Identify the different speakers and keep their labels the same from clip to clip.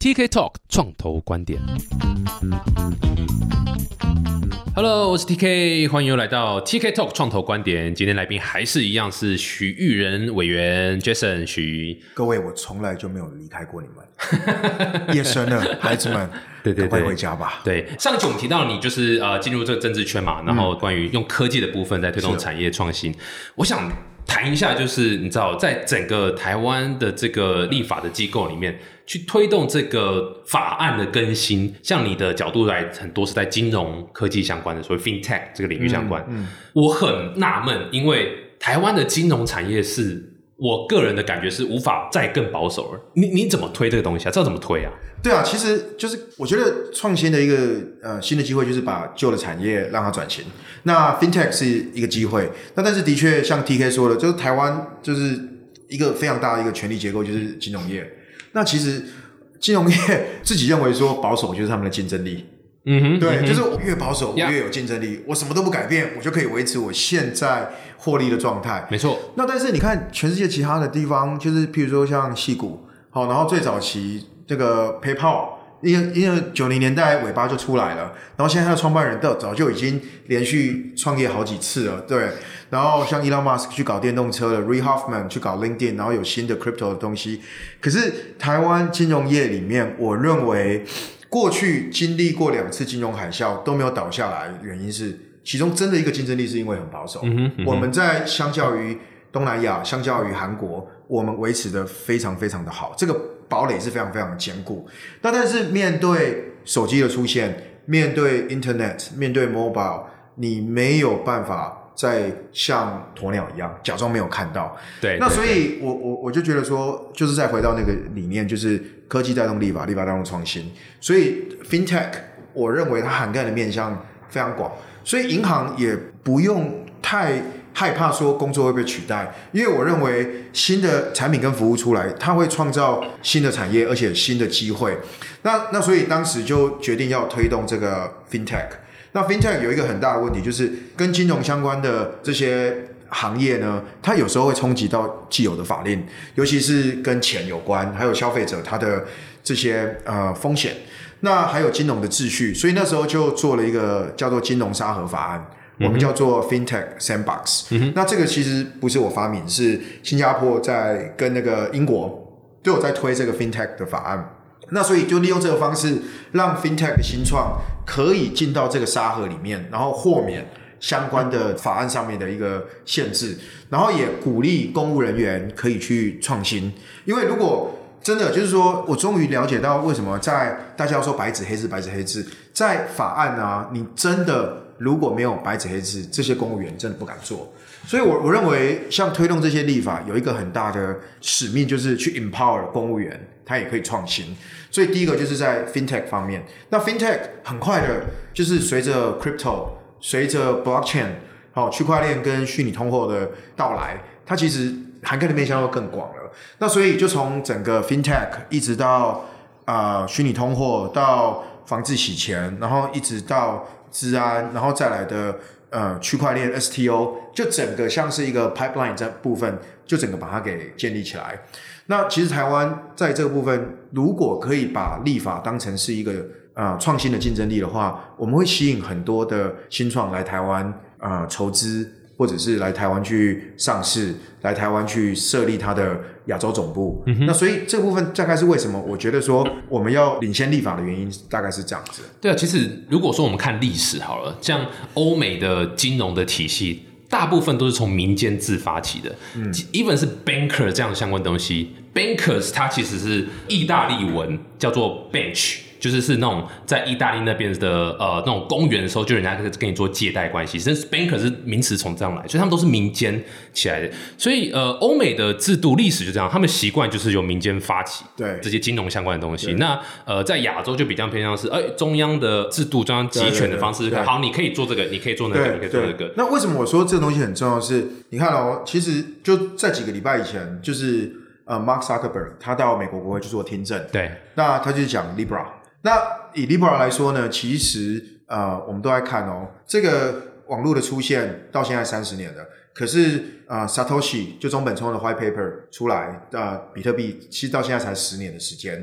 Speaker 1: TK Talk 创投观点。Hello， 我是 TK， 欢迎又来到 TK Talk 创投观点。今天来宾还是一样是许育仁委员 Jason 许。
Speaker 2: 各位，我从来就没有离开过你们。夜深了，孩子们，对，快回家吧。
Speaker 1: 对，上一集我们提到你就是进入这个政治圈嘛，然后关于用科技的部分在推动产业创新，我想谈一下，就是你知道，在整个台湾的这个立法的机构里面，去推动这个法案的更新，像你的角度来，很多是在金融科技相关的，所谓 FinTech 这个领域相关。我很纳闷，因为台湾的金融产业是我个人的感觉是无法再更保守了。你怎么推这个东西啊？这要怎么推啊？
Speaker 2: 对啊，其实就是我觉得创新的一个新的机会，就是把旧的产业让它转型。那 FinTech 是一个机会，但是的确像 TK 说的，就是台湾就是一个非常大的一个权力结构，就是金融业。那其实金融业自己认为说保守就是他们的竞争力。对，就是我越保守，我越有竞争力，我什么都不改变，我就可以维持我现在获利的状态。
Speaker 1: 没错。
Speaker 2: 那但是你看全世界其他的地方，就是譬如说像矽谷，好，然后最早期这个 PayPal， 因为90年代尾巴就出来了，然后现在它的创办人早就已经连续创业好几次了，对。然后像 Elon Musk 去搞电动车了， Reid Hoffman 去搞 LinkedIn， 然后有新的 crypto 的东西。可是台湾金融业里面，我认为过去经历过2次金融海啸都没有倒下来，原因是其中真的一个竞争力是因为很保守。我们在相较于东南亚，相较于韩国，我们维持的非常非常的好，这个堡垒是非常非常的坚固。但是面对手机的出现，面对 Internet， 面对 Mobile， 你没有办法再像鸵鸟一样假装没有看到。
Speaker 1: 对，
Speaker 2: 那所以我就觉得说，就是再回到那个理念，就是科技带动立法，立法带动创新。所以 FinTech 我认为它涵盖的面向非常广，所以银行也不用太害怕说工作会被取代，因为我认为新的产品跟服务出来，它会创造新的产业，而且新的机会。那所以当时就决定要推动这个 FinTech。那 FinTech 有一个很大的问题，就是跟金融相关的这些行业呢，它有时候会冲击到既有的法令，尤其是跟钱有关，还有消费者他的这些风险，那还有金融的秩序，所以那时候就做了一个叫做金融沙盒法案，我们叫做 FinTech Sandbox。那这个其实不是我发明，是新加坡在跟那个英国都有在推这个 FinTech 的法案。那所以就利用这个方式，让 FinTech 的新创可以进到这个沙盒里面，然后豁免相关的法案上面的一个限制，然后也鼓励公务人员可以去创新。因为如果真的就是说，我终于了解到为什么在大家要说白纸黑字，白纸黑字，在法案啊，你真的如果没有白纸黑字，这些公务员真的不敢做。所以我认为像推动这些立法有一个很大的使命，就是去 empower 公务员，他也可以创新。所以第一个就是在 FinTech 方面，那 FinTech 很快的就是随着 crypto， 随着 blockchain， 区块链跟虚拟通货的到来，它其实涵盖的面向又更广了。那所以就从整个 FinTech 一直到虚拟通货，到防治洗钱，然后一直到治安，然后再来的区块链 STO， 就整个像是一个 pipeline 这部分，就整个把它给建立起来。那其实台湾在这个部分，如果可以把立法当成是一个创新的竞争力的话，我们会吸引很多的新创来台湾筹资，或者是来台湾去上市，来台湾去设立它的亚洲总部。那所以这部分大概是为什么我觉得说我们要领先立法的原因，大概是这样子。
Speaker 1: 对啊，其实如果说我们看历史好了，像欧美的金融的体系，大部分都是从民间自发起的。even 是 banker 这样的相关东西 ，bankers 它其实是意大利文叫做 bench。就是那种在意大利那边的那种公园的时候，就人家跟你做借贷关系，甚至 banker 是名词从这样来，所以他们都是民间起来的。所以欧美的制度历史就这样，他们习惯就是由民间发起对这些金融相关的东西。那在亚洲就比较偏向是中央的制度，中央集权的方式。好，你可以做这个，你可以做那个，你可以做那个。
Speaker 2: 那为什么我说这个东西很重要是？你看哦，其实就在几个礼拜以前，就是Mark Zuckerberg 他到美国国会去做听证，对，那他就讲 Libra。那以 Libra 来说呢，其实我们都在看哦，这个网络的出现到现在30年了，可是Satoshi 就中本聪的 White Paper 出来，比特币其实到现在才10年的时间，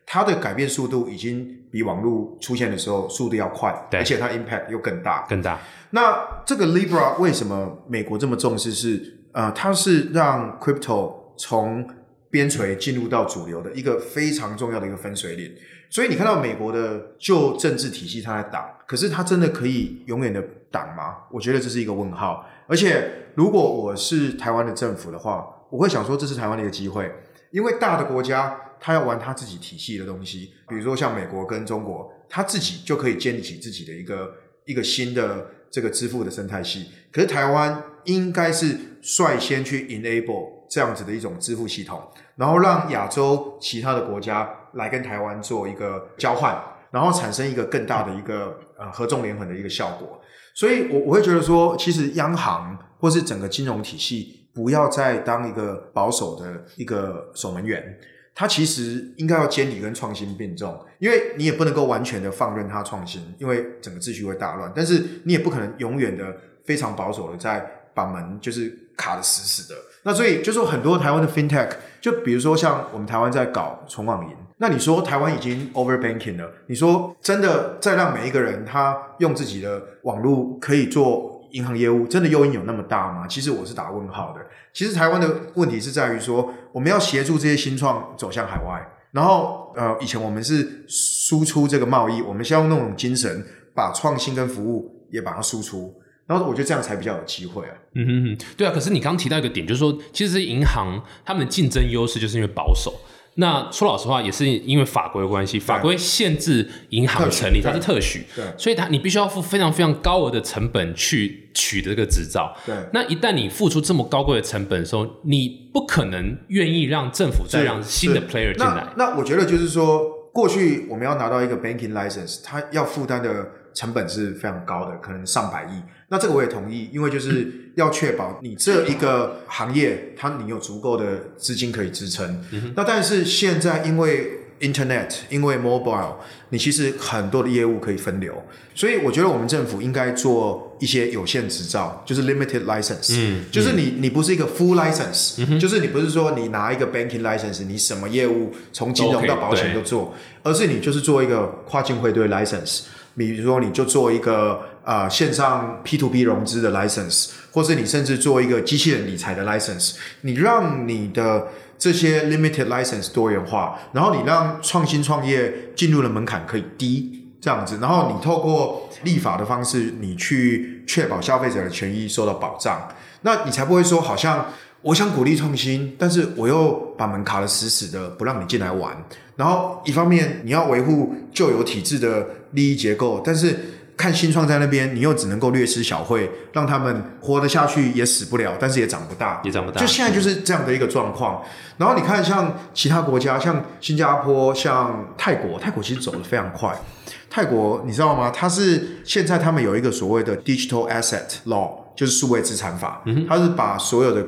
Speaker 2: 它的改变速度已经比网络出现的时候速度要快，而且它 impact 又更大。那这个 Libra 为什么美国这么重视是它是让 crypto 从边陲进入到主流的一个非常重要的一个分水岭。所以你看到美国的旧政治体系它在挡，可是它真的可以永远的挡吗？我觉得这是一个问号。而且如果我是台湾的政府的话，我会想说这是台湾的一个机会，因为大的国家它要玩它自己体系的东西，比如说像美国跟中国，它自己就可以建立起自己的一个新的这个支付的生态系。可是台湾应该是率先去 enable 这样子的一种支付系统，然后让亚洲其他的国家来跟台湾做一个交换，然后产生一个更大的一个合纵连横的一个效果。所以我会觉得说，其实央行或是整个金融体系不要再当一个保守的一个守门员，它其实应该要监理跟创新并重，因为你也不能够完全的放任它创新，因为整个秩序会大乱，但是你也不可能永远的非常保守的在把门就是卡得死死的。那所以就说很多台湾的 fintech， 就比如说像我们台湾在搞存网银，那你说台湾已经 over banking 了，你说真的再让每一个人他用自己的网络可以做银行业务，真的诱因有那么大吗？其实我是打问号的。其实台湾的问题是在于说，我们要协助这些新创走向海外，然后以前我们是输出这个贸易，我们先用那种精神把创新跟服务也把它输出，然后我觉得这样才比较有机会啊。
Speaker 1: 对啊。可是你刚刚提到一个点，就是说其实银行他们的竞争优势就是因为保守，那说老实话也是因为法规的关系，法规限制银行成立，它是特许，所以你必须要付非常非常高额的成本去取得这个执照。
Speaker 2: 对，
Speaker 1: 那一旦你付出这么高贵的成本的时候，你不可能愿意让政府再让新的 player 进来。
Speaker 2: 那我觉得就是说，过去我们要拿到一个 banking license， 它要负担的成本是非常高的，可能上百亿。那这个我也同意，因为就是要确保你这一个行业你有足够的资金可以支撑。那但是现在因为 Internet， 因为 Mobile， 你其实很多的业务可以分流，所以我觉得我们政府应该做一些有限执照，就是 limited license，就是你不是一个 full license，就是你不是说你拿一个 banking license， 你什么业务从金融到保险都做，而是你就是做一个跨境汇兑 license， 比如说你就做一个线上 P2P 融资的 license， 或是你甚至做一个机器人理财的 license， 你让你的这些 limited license 多元化，然后你让创新创业进入的门槛可以低，这样子，然后你透过立法的方式，你去确保消费者的权益受到保障，那你才不会说好像我想鼓励创新，但是我又把门卡得死死的，不让你进来玩。然后一方面你要维护旧有体制的利益结构，但是看新创在那边，你又只能够略施小惠，让他们活得下去也死不了，但是也长不大，就现在就是这样的一个状况。然后你看像其他国家，像新加坡，像泰国其实走得非常快。泰国你知道吗？现在他们有一个所谓的 Digital Asset Law， 就是数位资产法，它是把所有的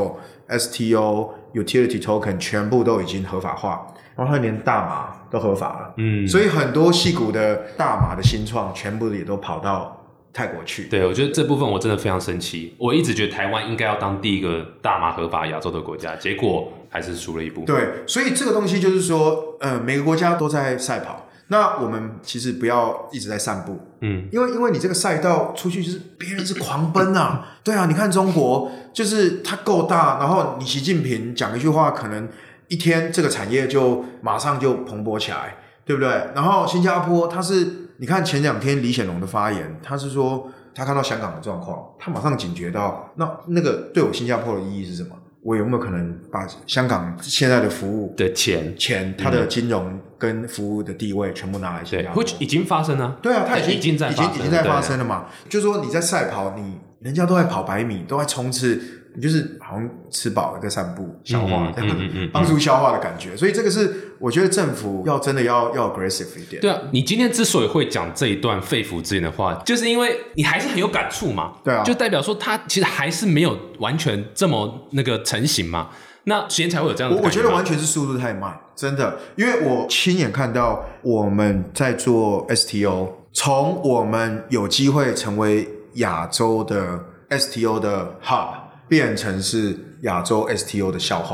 Speaker 2: Crypto、STO、Utility Token 全部都已经合法化，然后它连大麻都合法了，所以很多矽谷的大麻的新创全部也都跑到泰国去。
Speaker 1: 对，我觉得这部分我真的非常生气。我一直觉得台湾应该要当第一个大麻合法亚洲的国家，结果还是输了一步。
Speaker 2: 对，所以这个东西就是说，每个国家都在赛跑，那我们其实不要一直在散步，因为你这个赛道出去就是别人是狂奔啊，对啊，你看中国就是它够大，然后你习近平讲一句话，可能一天这个产业就马上就蓬勃起来，对不对？然后新加坡你看前2天李显龙的发言，他是说他看到香港的状况，他马上警觉到那个对我新加坡的意义是什么？我有没有可能把香港现在的服务
Speaker 1: 的钱
Speaker 2: 它的金融跟服务的地位全部拿来新加坡？
Speaker 1: 对，已经发生了。
Speaker 2: 对啊，它已经在发生了嘛。就是说你在赛跑，人家都在跑100米，都在冲刺，你就是好像吃饱了在散步消化，帮助消化的感觉。所以这个是我觉得政府要真的要 aggressive 一点。
Speaker 1: 对啊，你今天之所以会讲这一段肺腑之言的话，就是因为你还是很有感触嘛。
Speaker 2: 对啊，
Speaker 1: 就代表说它其实还是没有完全这么成型嘛。那时间才会有这样的感觉。
Speaker 2: 我觉得完全是速度太慢，真的，因为我亲眼看到我们在做 STO， 从我们有机会成为亚洲的 STO 的 hub， 变成是亚洲 STO 的笑话。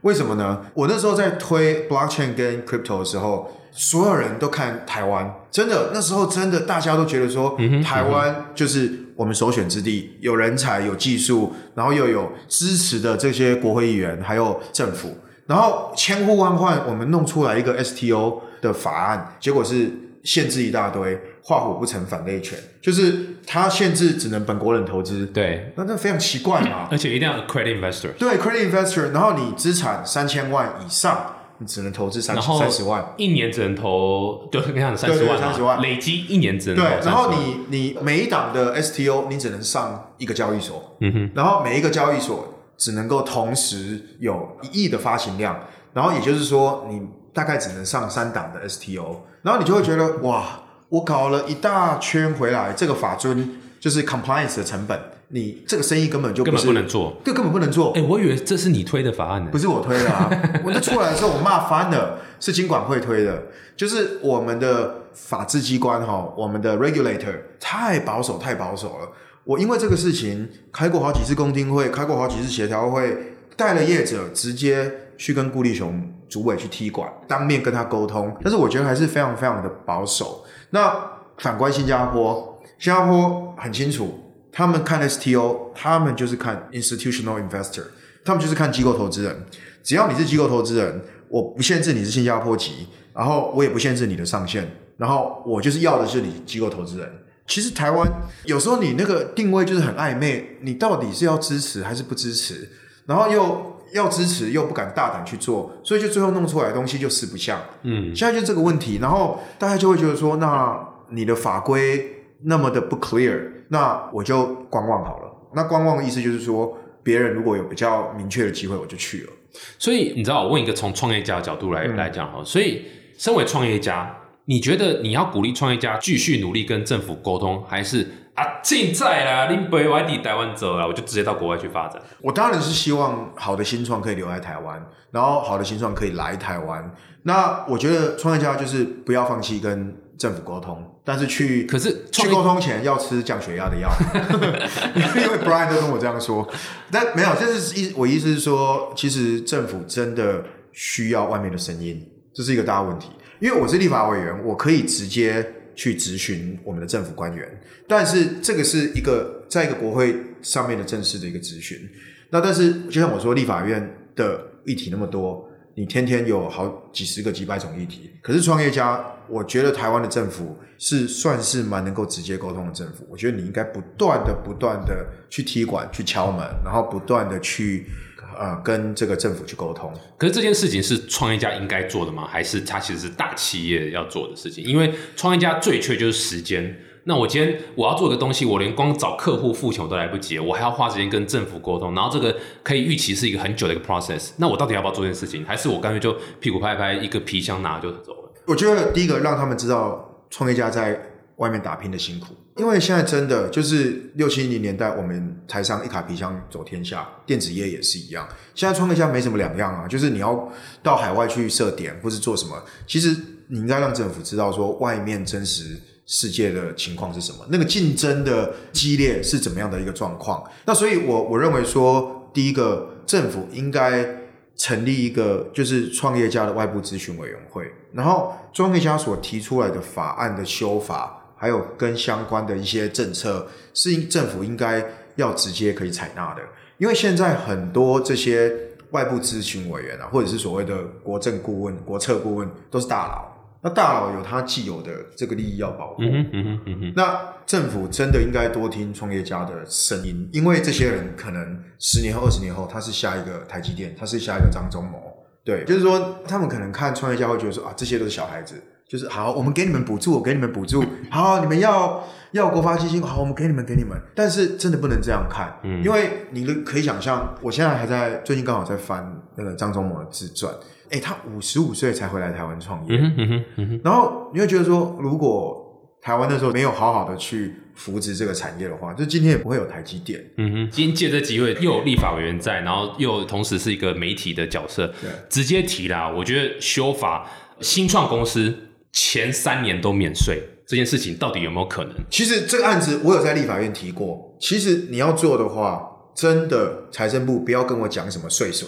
Speaker 2: 为什么呢？我那时候在推 blockchain 跟 crypto 的时候，所有人都看台湾，真的那时候真的大家都觉得说，台湾就是我们首选之地，有人才有技术，然后又有支持的这些国会议员还有政府，然后千呼万唤我们弄出来一个 STO 的法案，结果是限制一大堆，画虎不成反类犬，就是它限制只能本国人投资，
Speaker 1: 对，
Speaker 2: 那非常奇怪嘛。
Speaker 1: 而且一定要 credit investor，
Speaker 2: 对 credit investor， 然后你资产3000万以上，你只能投资30万，
Speaker 1: 一年只能投，就是你看30万嘛，
Speaker 2: 30万
Speaker 1: 累积一年只能投30万。
Speaker 2: 对，然后你每一档的 STO 你只能上一个交易所，然后每一个交易所只能够同时有1亿的发行量，然后也就是说你大概只能上3档的 STO， 然后你就会觉得哇，我搞了一大圈回来，这个法遵就是 compliance 的成本，你这个生意根本
Speaker 1: 不能做，
Speaker 2: 对，根本不能做。
Speaker 1: 我以为这是你推的法案呢，
Speaker 2: 不是我推的啊！我那出来的时候我骂翻了，是金管会推的，就是我们的法制机关我们的 regulator 太保守了。我因为这个事情开过好几次公听会，开过好几次协调会，带了业者直接去跟顾立雄主委去踢馆，当面跟他沟通，但是我觉得还是非常非常的保守。那反观新加坡很清楚，他们看 STO， 他们就是看 institutional investor， 他们就是看机构投资人。只要你是机构投资人，我不限制你是新加坡籍，然后我也不限制你的上限，然后我就是要的是你机构投资人。其实台湾有时候你那个定位就是很暧昧，你到底是要支持还是不支持，然后又要支持又不敢大胆去做，所以就最后弄出来的东西就四不像。现在就这个问题，然后大家就会觉得说，那你的法规那么的不 clear， 那我就观望好了。那观望的意思就是说，别人如果有比较明确的机会，我就去了。
Speaker 1: 所以你知道，我问一个从创业家的角度来讲所以身为创业家，你觉得你要鼓励创业家继续努力跟政府沟通，还是现在啦，你不要在台湾走啦，我就直接到国外去发展？我
Speaker 2: 当然是希望好的新创可以留在台湾，然后好的新创可以来台湾。那我觉得创业家就是不要放弃跟政府沟通，但是去沟通前要吃降血压的药，因为 Brian 都跟我这样说。但没有，我意思是说，其实政府真的需要外面的声音，这是一个大问题。因为我是立法委员，我可以直接去质询我们的政府官员，但是这个是在一个国会上面的正式的一个质询。那但是就像我说，立法院的议题那么多，你天天有好几十个几百种议题，可是创业家，我觉得台湾的政府算是蛮能够直接沟通的政府。我觉得你应该不断的去踢馆去敲门，然后不断的去跟这个政府去沟通。
Speaker 1: 可是这件事情是创业家应该做的吗？还是它其实是大企业要做的事情？因为创业家最缺就是时间。那我今天我要做个东西，我连光找客户付钱我都来不及，我还要花时间跟政府沟通，然后这个可以预期是一个很久的一个 process。那我到底要不要做这件事情？还是我干脆就屁股拍拍，一个皮箱拿就走了？
Speaker 2: 我觉得第一个让他们知道创业家在外面打拼的辛苦，因为现在真的就是60、70年代我们台商一卡皮箱走天下，电子业也是一样。现在创业家没什么两样啊，就是你要到海外去设点或是做什么，其实你应该让政府知道说外面真实世界的情况是什么，那个竞争的激烈是怎么样的一个状况。那所以我认为说，第一个政府应该成立一个就是创业家的外部咨询委员会，然后创业家所提出来的法案的修法，还有跟相关的一些政策，是政府应该要直接可以采纳的。因为现在很多这些外部咨询委员或者是所谓的国政顾问、国策顾问都是大佬。那大佬有他既有的这个利益要保护，那政府真的应该多听创业家的声音，因为这些人可能10年后、20年后，他是下一个台积电，他是下一个张忠谋，对，就是说他们可能看创业家会觉得说这些都是小孩子，就是好，我们给你们补助，我给你们补助，好，你们要国发基金，好，我们给你们，但是真的不能这样看，因为你可以想象，我现在最近刚好在翻那个张忠谋的自传。他55岁才回来台湾创业，然后你会觉得说，如果台湾那时候没有好好的去扶植这个产业的话，就今天也不会有台积电。
Speaker 1: 今天借这机会，又有立法委员在，然后又同时是一个媒体的角色，直接提啦。我觉得修法新创公司前3年都免税这件事情，到底有没有可能？
Speaker 2: 其实这个案子我有在立法院提过。其实你要做的话，真的财政部不要跟我讲什么税损。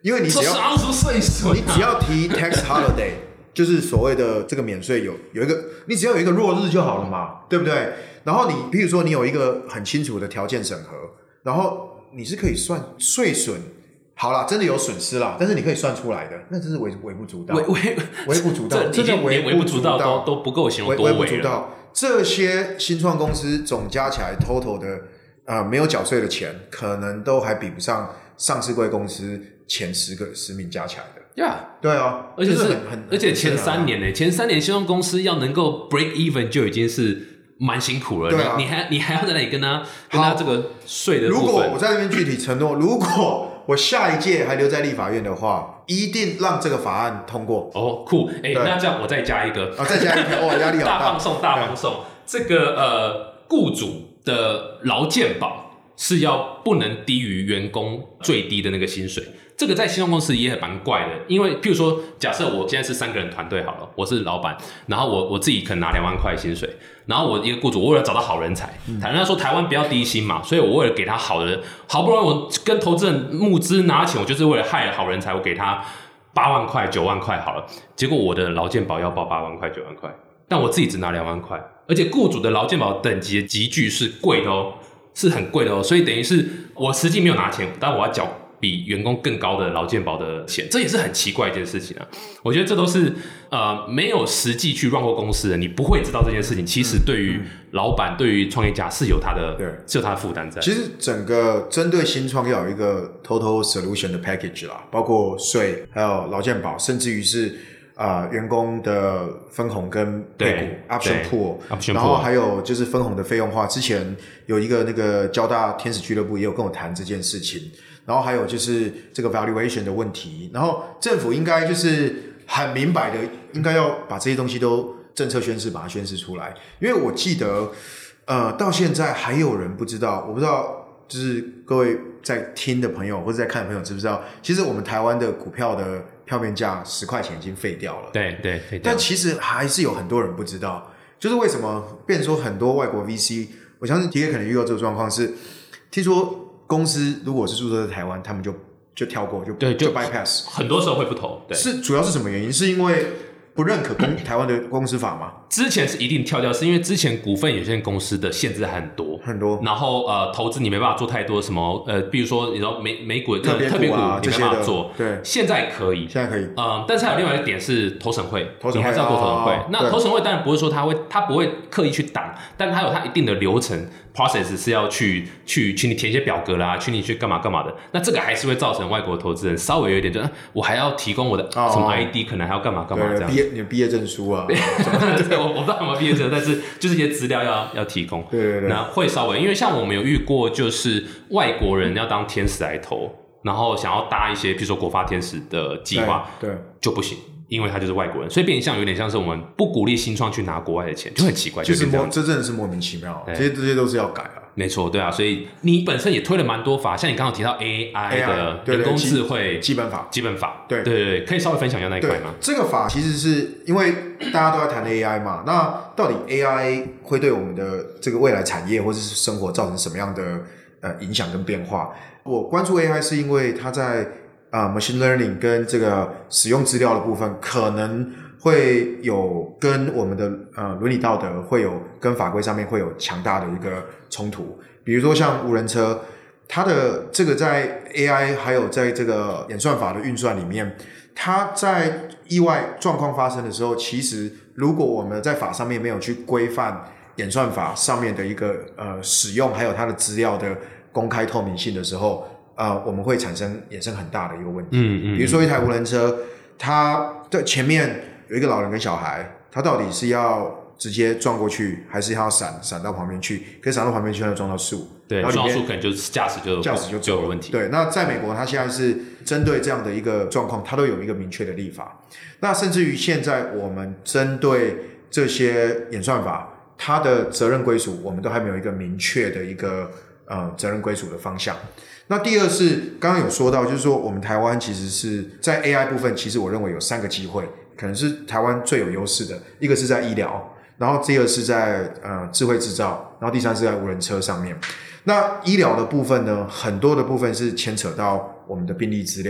Speaker 2: 因为你只要
Speaker 1: 啥什么税损啊，
Speaker 2: 你只要提 tax holiday， 就是所谓的这个免税有一个，你只要有一个落日就好了嘛，对不对？然后你比如说你有一个很清楚的条件审核，然后你是可以算税损。好啦，真的有损失啦，但是你可以算出来的，那真是微不足道，微不足道，
Speaker 1: 这叫微不足道都不够形容多
Speaker 2: 微不足道。这些新创公司总加起来 total 的没有缴税的钱，可能都还比不上上市柜公司前10名加起来的。
Speaker 1: Yeah，
Speaker 2: 对啊，
Speaker 1: 而且
Speaker 2: 是
Speaker 1: 而且前3年呢，前3年新创公司要能够 break even 就已经是蛮辛苦了。
Speaker 2: 对啊，
Speaker 1: 你还要在那里跟他这个税的部分。
Speaker 2: 如果我在那边具体承诺，如果我下一届还留在立法院的话，一定让这个法案通过。
Speaker 1: 哦，酷！那这样我再加一个，
Speaker 2: 再加一条，哇，压力好大！
Speaker 1: 大放送。这个雇主的劳健保是要不能低于员工最低的那个薪水。这个在新创公司也很蛮怪的，因为譬如说，假设我现在是3个人团队好了，我是老板，然后我自己可能拿2万块薪水，然后我一个雇主，我为了找到好人才，人家说台湾不要低薪嘛，所以我为了给他好的，好不容易我跟投资人募资拿钱，我就是为了害好人才，我给他8万块、9万块好了，结果我的劳健保要报8万块、9万块，但我自己只拿2万块，而且雇主的劳健保等级的集聚是贵的哦，是很贵的哦，所以等于是我实际没有拿钱，但我要缴比员工更高的劳健保的钱，这也是很奇怪一件事情啊！我觉得这都是没有实际去 run 过公司的，你不会知道这件事情。其实对于老板、对于创业家是有他的负担在。
Speaker 2: 其实整个针对新创要有一个 total solution 的 package 啦，包括税，还有劳健保，甚至于是员工的分红跟配股 option pool， 然后还有就是分红的费用化。之前有一个那个交大天使俱乐部也有跟我谈这件事情。然后还有就是这个 valuation 的问题，然后政府应该就是很明白的，应该要把这些东西都政策宣示，把它宣示出来。因为我记得，到现在还有人不知道，我不知道，就是各位在听的朋友或者在看的朋友知不知道，其实我们台湾的股票的票面价10块钱已经废掉了。
Speaker 1: 对，废掉。
Speaker 2: 但其实还是有很多人不知道，就是为什么变成说很多外国 VC， 我相信 TK 可能遇到这个状况是，听说。公司如果是注册在台湾，他们就跳过，就 bypass，
Speaker 1: 很多时候会不投。对，
Speaker 2: 主要是什么原因？是因为不认可台湾的公司法吗？
Speaker 1: 之前是一定跳掉，是因为之前股份有限公司的限制很多，然后投资你没办法做太多什么比如说你知道美股特别股你没办法做，
Speaker 2: 对，
Speaker 1: 现在可以，
Speaker 2: 但
Speaker 1: 是还有另外一个点是投审会，你还是要过投审会。那投审会当然不是说他不会刻意去挡，但他有他一定的流程 process 是要去你填一些表格啦，你去干嘛的。那这个还是会造成外国投资人稍微有一点我还要提供我的什么 ID， 可能还要干嘛这样。
Speaker 2: 你的毕业证书啊。
Speaker 1: 对，我不知道有没有毕业证，但是就是一些资料要提供。
Speaker 2: 对，
Speaker 1: 那会稍微，因为像我们有遇过，就是外国人要当天使来投，然后想要搭一些，比如说国发天使的计划，
Speaker 2: 对，
Speaker 1: 就不行，因为他就是外国人，所以变相有点像是我们不鼓励新创去拿国外的钱，就很奇怪，
Speaker 2: 就是这真的是莫名其妙，这些都是要改啊。
Speaker 1: 没错，对啊，所以你本身也推了蛮多法，像你刚刚提到 AI 的人工智慧
Speaker 2: 基本法，
Speaker 1: 对，可以稍微分享一下那一块吗？
Speaker 2: 这个法其实是因为大家都在谈 AI 嘛，那到底 AI 会对我们的这个未来产业或者是生活造成什么样的影响跟变化？我关注 AI 是因为它在machine learning 跟这个使用资料的部分可能会有跟我们的伦理道德会有跟法规上面会有强大的一个冲突，比如说像无人车，它的这个在 AI 还有在这个演算法的运算里面，它在意外状况发生的时候，其实如果我们在法上面没有去规范演算法上面的一个使用，还有它的资料的公开透明性的时候，我们会衍生很大的一个问题。比如说一台无人车，它的前面有一个老人跟小孩，他到底是要直接撞过去，还是要闪到旁边去？可是闪到旁边去，他撞到树，
Speaker 1: 对，撞到树可能就是驾驶就有问题。
Speaker 2: 对，那在美国，他现在是针对这样的一个状况，他都有一个明确的立法。那甚至于现在我们针对这些演算法，它的责任归属，我们都还没有一个明确的一个责任归属的方向。那第二是刚刚有说到，就是说我们台湾其实是在 AI 部分，其实我认为有3个机会。可能是台湾最有优势的，一个是在医疗，然后第二是在智慧制造，然后第三是在无人车上面。那医疗的部分呢，很多的部分是牵扯到我们的病历资料，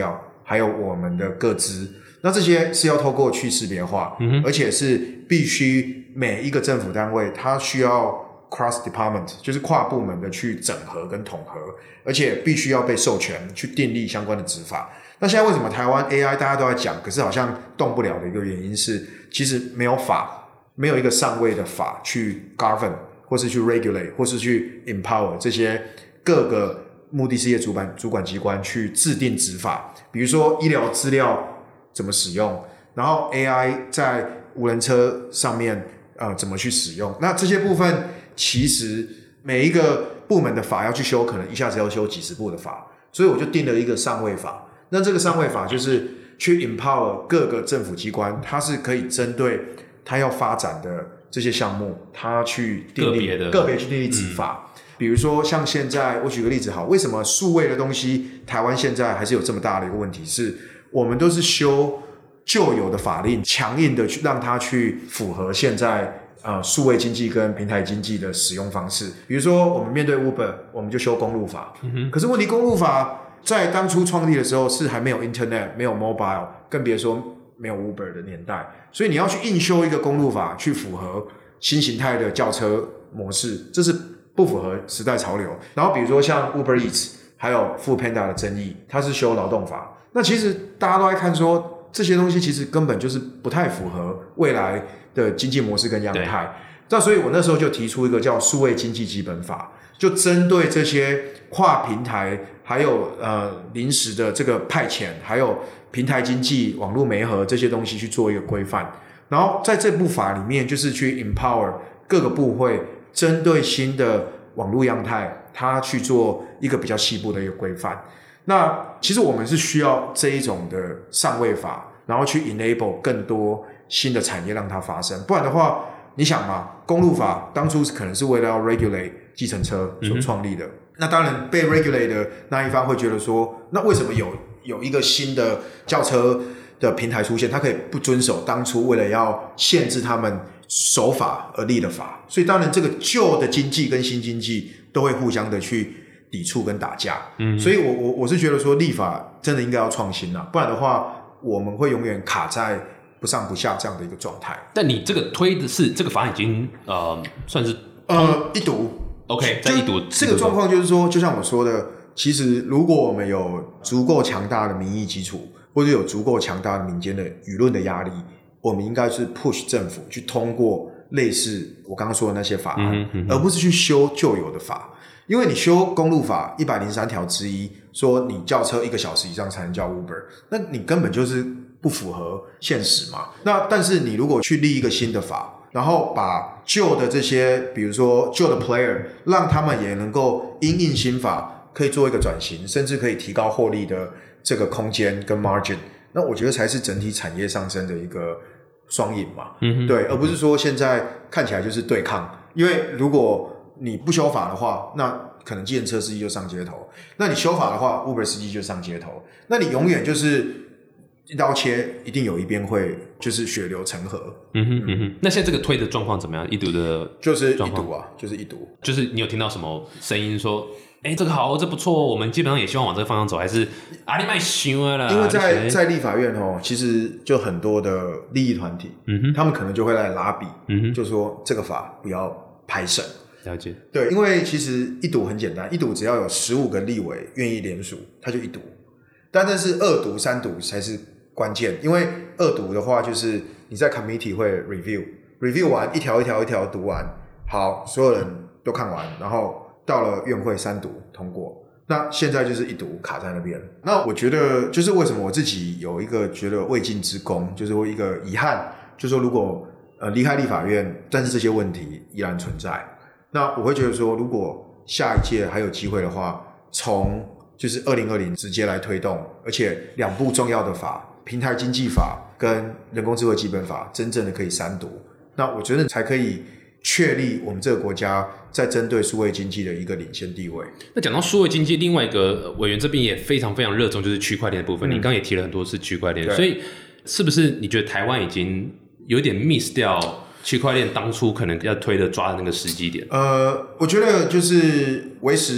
Speaker 2: 还有我们的个资，那这些是要透过去识别化，而且是必须每一个政府单位它需要 cross department， 就是跨部门的去整合跟统合，而且必须要被授权去订立相关的执法。那现在为什么台湾 AI 大家都在讲，可是好像动不了的一个原因是，其实没有法，没有一个上位的法去 govern， 或是去 regulate， 或是去 empower 这些各个目的事业主管机关去制定执法。比如说医疗资料怎么使用，然后 AI 在无人车上面怎么去使用，那这些部分其实每一个部门的法要去修，可能一下子要修几十部的法，所以我就定了一个上位法。那这个上位法就是去 empower 各个政府机关，它是可以针对它要发展的这些项目，它去订立个别去订立执法。比如说像现在我举个例子好，为什么数位的东西台湾现在还是有这么大的一个问题，是我们都是修旧有的法令，强硬的去让它去符合现在数位经济跟平台经济的使用方式。比如说我们面对 Uber， 我们就修公路法，可是问题公路法在当初创立的时候是还没有 Internet， 没有 Mobile， 更别说没有 Uber 的年代，所以你要去硬修一个公路法去符合新形态的轿车模式，这是不符合时代潮流。然后比如说像 Uber Eats 还有 Foodpanda 的争议，它是修劳动法，那其实大家都在看说这些东西其实根本就是不太符合未来的经济模式跟样态。那所以我那时候就提出一个叫数位经济基本法，就针对这些跨平台还有临时的这个派遣，还有平台经济网络媒合这些东西去做一个规范。然后在这部法里面就是去 empower 各个部会针对新的网络样态，它去做一个比较细部的一个规范。那其实我们是需要这一种的上位法，然后去 enable 更多新的产业让它发生。不然的话你想嘛，公路法当初可能是为了要 regulate 计程车所创立的，那当然被 regulate 的那一方会觉得说，那为什么有一个新的轿车的平台出现，它可以不遵守当初为了要限制他们守法而立的法？所以当然这个旧的经济跟新经济都会互相的去抵触跟打架。所以我是觉得说立法真的应该要创新啊，不然的话我们会永远卡在不上不下这样的一个状态。
Speaker 1: 但你这个推的是这个法案已经算是
Speaker 2: 一读
Speaker 1: OK， 在一读
Speaker 2: 这个状况就是说，就像我说的，其实如果我们有足够强大的民意基础，或者有足够强大的民间的舆论的压力，我们应该是 push 政府去通过类似我刚刚说的那些法案，而不是去修旧有的法。因为你修公路法103条之一，说你叫车1个小时以上才能叫 Uber， 那你根本就是不符合现实嘛。那但是你如果去立一个新的法，然后把旧的这些比如说旧的 player 让他们也能够因应新法可以做一个转型，甚至可以提高获利的这个空间跟 margin， 那我觉得才是整体产业上升的一个双赢嘛。对，而不是说现在看起来就是对抗。因为如果你不修法的话，那可能计程车司机就上街头，那你修法的话 Uber 司机就上街头，那你永远就是一刀切，一定有一边会就是血流成河。
Speaker 1: 那现在这个推的状况怎么样？一读的
Speaker 2: 就是一读啊，就是一读。
Speaker 1: 就是你有听到什么声音说，这个好，这不错，我们基本上也希望往这个方向走，还是啊你别想了啦？
Speaker 2: 因为在立法院其实就很多的利益团体，他们可能就会来拉比，就说这个法不要排审。
Speaker 1: 了解。
Speaker 2: 对，因为其实一读很简单，一读只要有15个立委愿意联署，他就一读。但是2读、3读才是关键，因为2读的话，就是你在 committee 会 review 完一条一条一条读完，好，所有人都看完，然后到了院会3读通过。那现在就是一读卡在那边。那我觉得就是为什么我自己有一个觉得未尽之功，就是一个遗憾，就是说如果离开立法院，但是这些问题依然存在。那我会觉得说，如果下一届还有机会的话，从就是2020直接来推动，而且2部重要的法，平台经济法跟人工智慧基本法，真正的可以3读，那我觉得才可以确立我们这个国家在针对数位经济的一个领先地位。
Speaker 1: 那讲到数位经济，另外一个委员这边也非常非常热衷，就是区块链的部分。你刚刚也提了很多次区块链，所以是不是你觉得台湾已经有点 miss 掉区块链当初可能要推的抓的那个时机点？
Speaker 2: 我觉得就是为时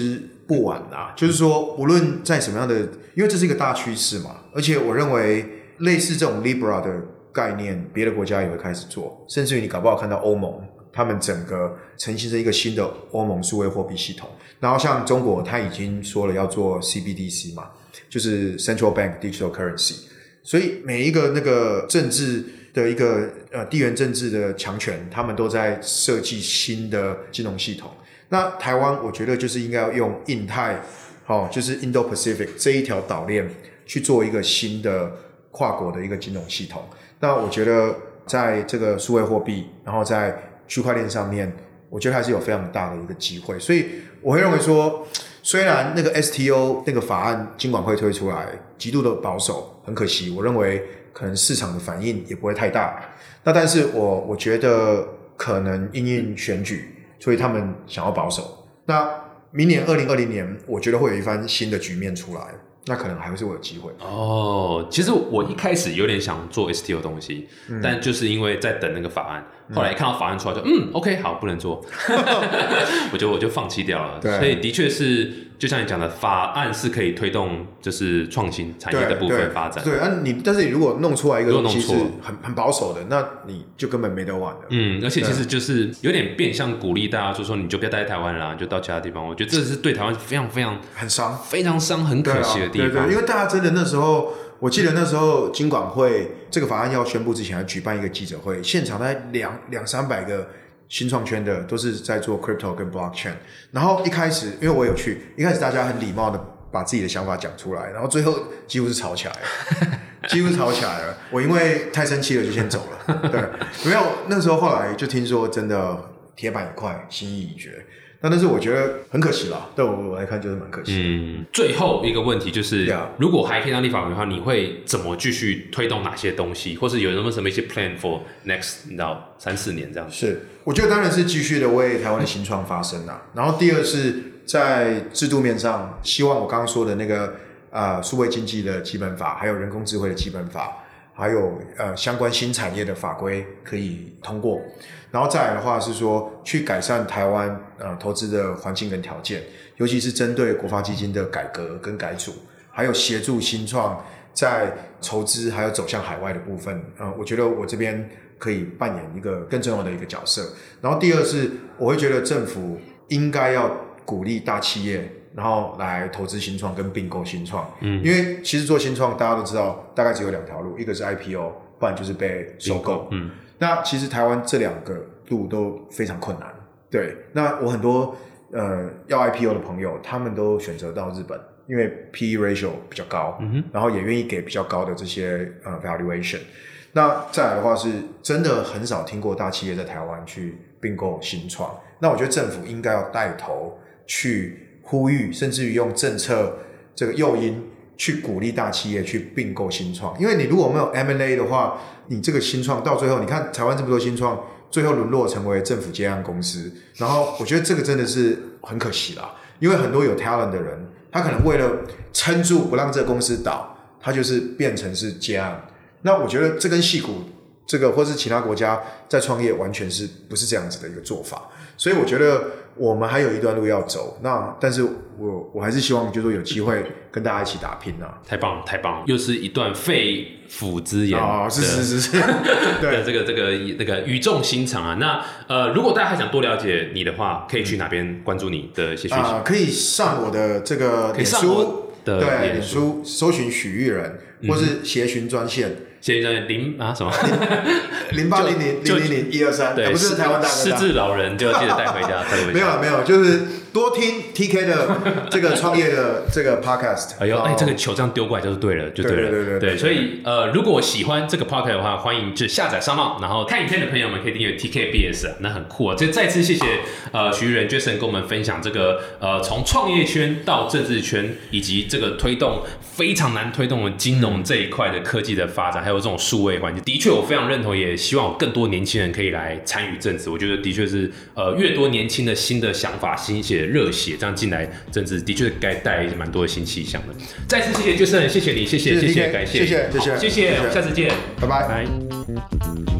Speaker 2: 不晚啦。就是说，无论在什么样的，因为这是一个大趋势嘛，而且我认为类似这种 Libra 的概念，别的国家也会开始做，甚至于你搞不好看到欧盟，他们整个呈现成一个新的欧盟数位货币系统。然后像中国，他已经说了要做 CBDC 嘛，就是 Central Bank Digital Currency。所以每一个那个政治的一个地缘政治的强权，他们都在设计新的金融系统。那台湾我觉得就是应该要用印太，就是 Indo-Pacific 这一条岛链去做一个新的跨国的一个金融系统。那我觉得在这个数位货币，然后在区块链上面，我觉得还是有非常大的一个机会。所以我会认为说，虽然那个 STO 那个法案金管会推出来极度的保守，很可惜，我认为可能市场的反应也不会太大。那但是我觉得可能因应选举，所以他们想要保守。那明年2020年，我觉得会有一番新的局面出来，那可能还是会有机会。
Speaker 1: 其实我一开始有点想做 STO 东西，但就是因为在等那个法案，后来看到法案出来就OK 好，不能做，我就放弃掉了。所以的确是就像你讲的，法案是可以推动就是创新产业的部分发展。
Speaker 2: 对啊，但是你如果弄出来一个东西是很保守的，那你就根本没得玩了。
Speaker 1: 而且其实就是有点变相鼓励大家，就说你就不要待在台湾了，你就到其他地方。我觉得这是对台湾非常非常
Speaker 2: 很伤、
Speaker 1: 非常伤、很可惜的地方。
Speaker 2: 对，因为大家真的那时候。我记得那时候金管会这个法案要宣布之前，还举办一个记者会，现场大概200-300个新创圈的都是在做 crypto 跟 blockchain。然后一开始，因为我有去，一开始大家很礼貌的把自己的想法讲出来，然后最后几乎是吵起来了，几乎吵起来了。我因为太生气了，就先走了。对，没有，那时候后来就听说真的铁板一块，心意已决。但是我觉得很可惜啦，对我来看就是蛮可惜的。
Speaker 1: 最后一个问题就是，如果还可以当立法委员的话，你会怎么继续推动哪些东西，或是有什么一些 plan for next 3-4年这样？
Speaker 2: 是，我觉得当然是继续的为台湾的新创发声啦。然后第二是在制度面上，希望我刚刚说的那个数位经济的基本法，还有人工智慧的基本法，还有相关新产业的法规可以通过。然后再来的话是说，去改善台湾投资的环境跟条件，尤其是针对国发基金的改革跟改组，还有协助新创在筹资还有走向海外的部分，我觉得我这边可以扮演一个更重要的一个角色。然后第二是，我会觉得政府应该要鼓励大企业，然后来投资新创跟并购新创。因为其实做新创大家都知道，大概只有2条路，一个是 IPO， 不然就是被收购。那其实台湾这2个路都非常困难。对，那我很多要 IPO 的朋友，他们都选择到日本，因为 PE ratio 比较高，然后也愿意给比较高的这些valuation。那再来的话是真的很少听过大企业在台湾去并购新创，那我觉得政府应该要带头去呼吁，甚至于用政策这个诱因去鼓励大企业去并购新创。因为你如果没有 M&A 的话，你这个新创到最后，你看台湾这么多新创，最后沦落成为政府接案公司，然后我觉得这个真的是很可惜啦。因为很多有 talent 的人，他可能为了撑住不让这个公司倒，他就是变成是接案。那我觉得这跟矽谷这个或是其他国家在创业完全是不是这样子的一个做法。所以我觉得我们还有一段路要走，但是我还是希望就是说有机会跟大家一起打拼啊！
Speaker 1: 太棒了，太棒了，又是一段肺腑之言
Speaker 2: 是，
Speaker 1: 对，这个语重心长啊。那如果大家还想多了解你的话，可以去哪边关注你的一些讯息？
Speaker 2: 可以上我的这个脸书，对，脸书搜寻许育仁，或是协寻专线。
Speaker 1: 协寻专线什么
Speaker 2: 08000123，不是台湾大哥大，
Speaker 1: 失智老人就记得带回家。
Speaker 2: 没有，就是多听 TK 的这个创业的这个 podcast。
Speaker 1: 这个球这样丢过来就是对了，对。所以如果喜欢这个 podcast 的话，欢迎就下载商贸，然后看影片的朋友们可以订阅 TKBS，那很酷啊！这再次谢谢许育仁 Jason 跟我们分享这个从创业圈到政治圈，以及这个推动非常难推动的金融这一块的科技的发展，还有这种数位环境。的确，我非常认同，也希望有更多年轻人可以来参与政治。我觉得的确是越多年轻的新的想法、新血、热血这样进来政治，的确该带来蛮多的新气象的。再次谢谢 Jason， 谢谢你，谢谢，感谢，
Speaker 2: 谢谢，
Speaker 1: 下次见，
Speaker 2: 拜拜。
Speaker 1: 拜。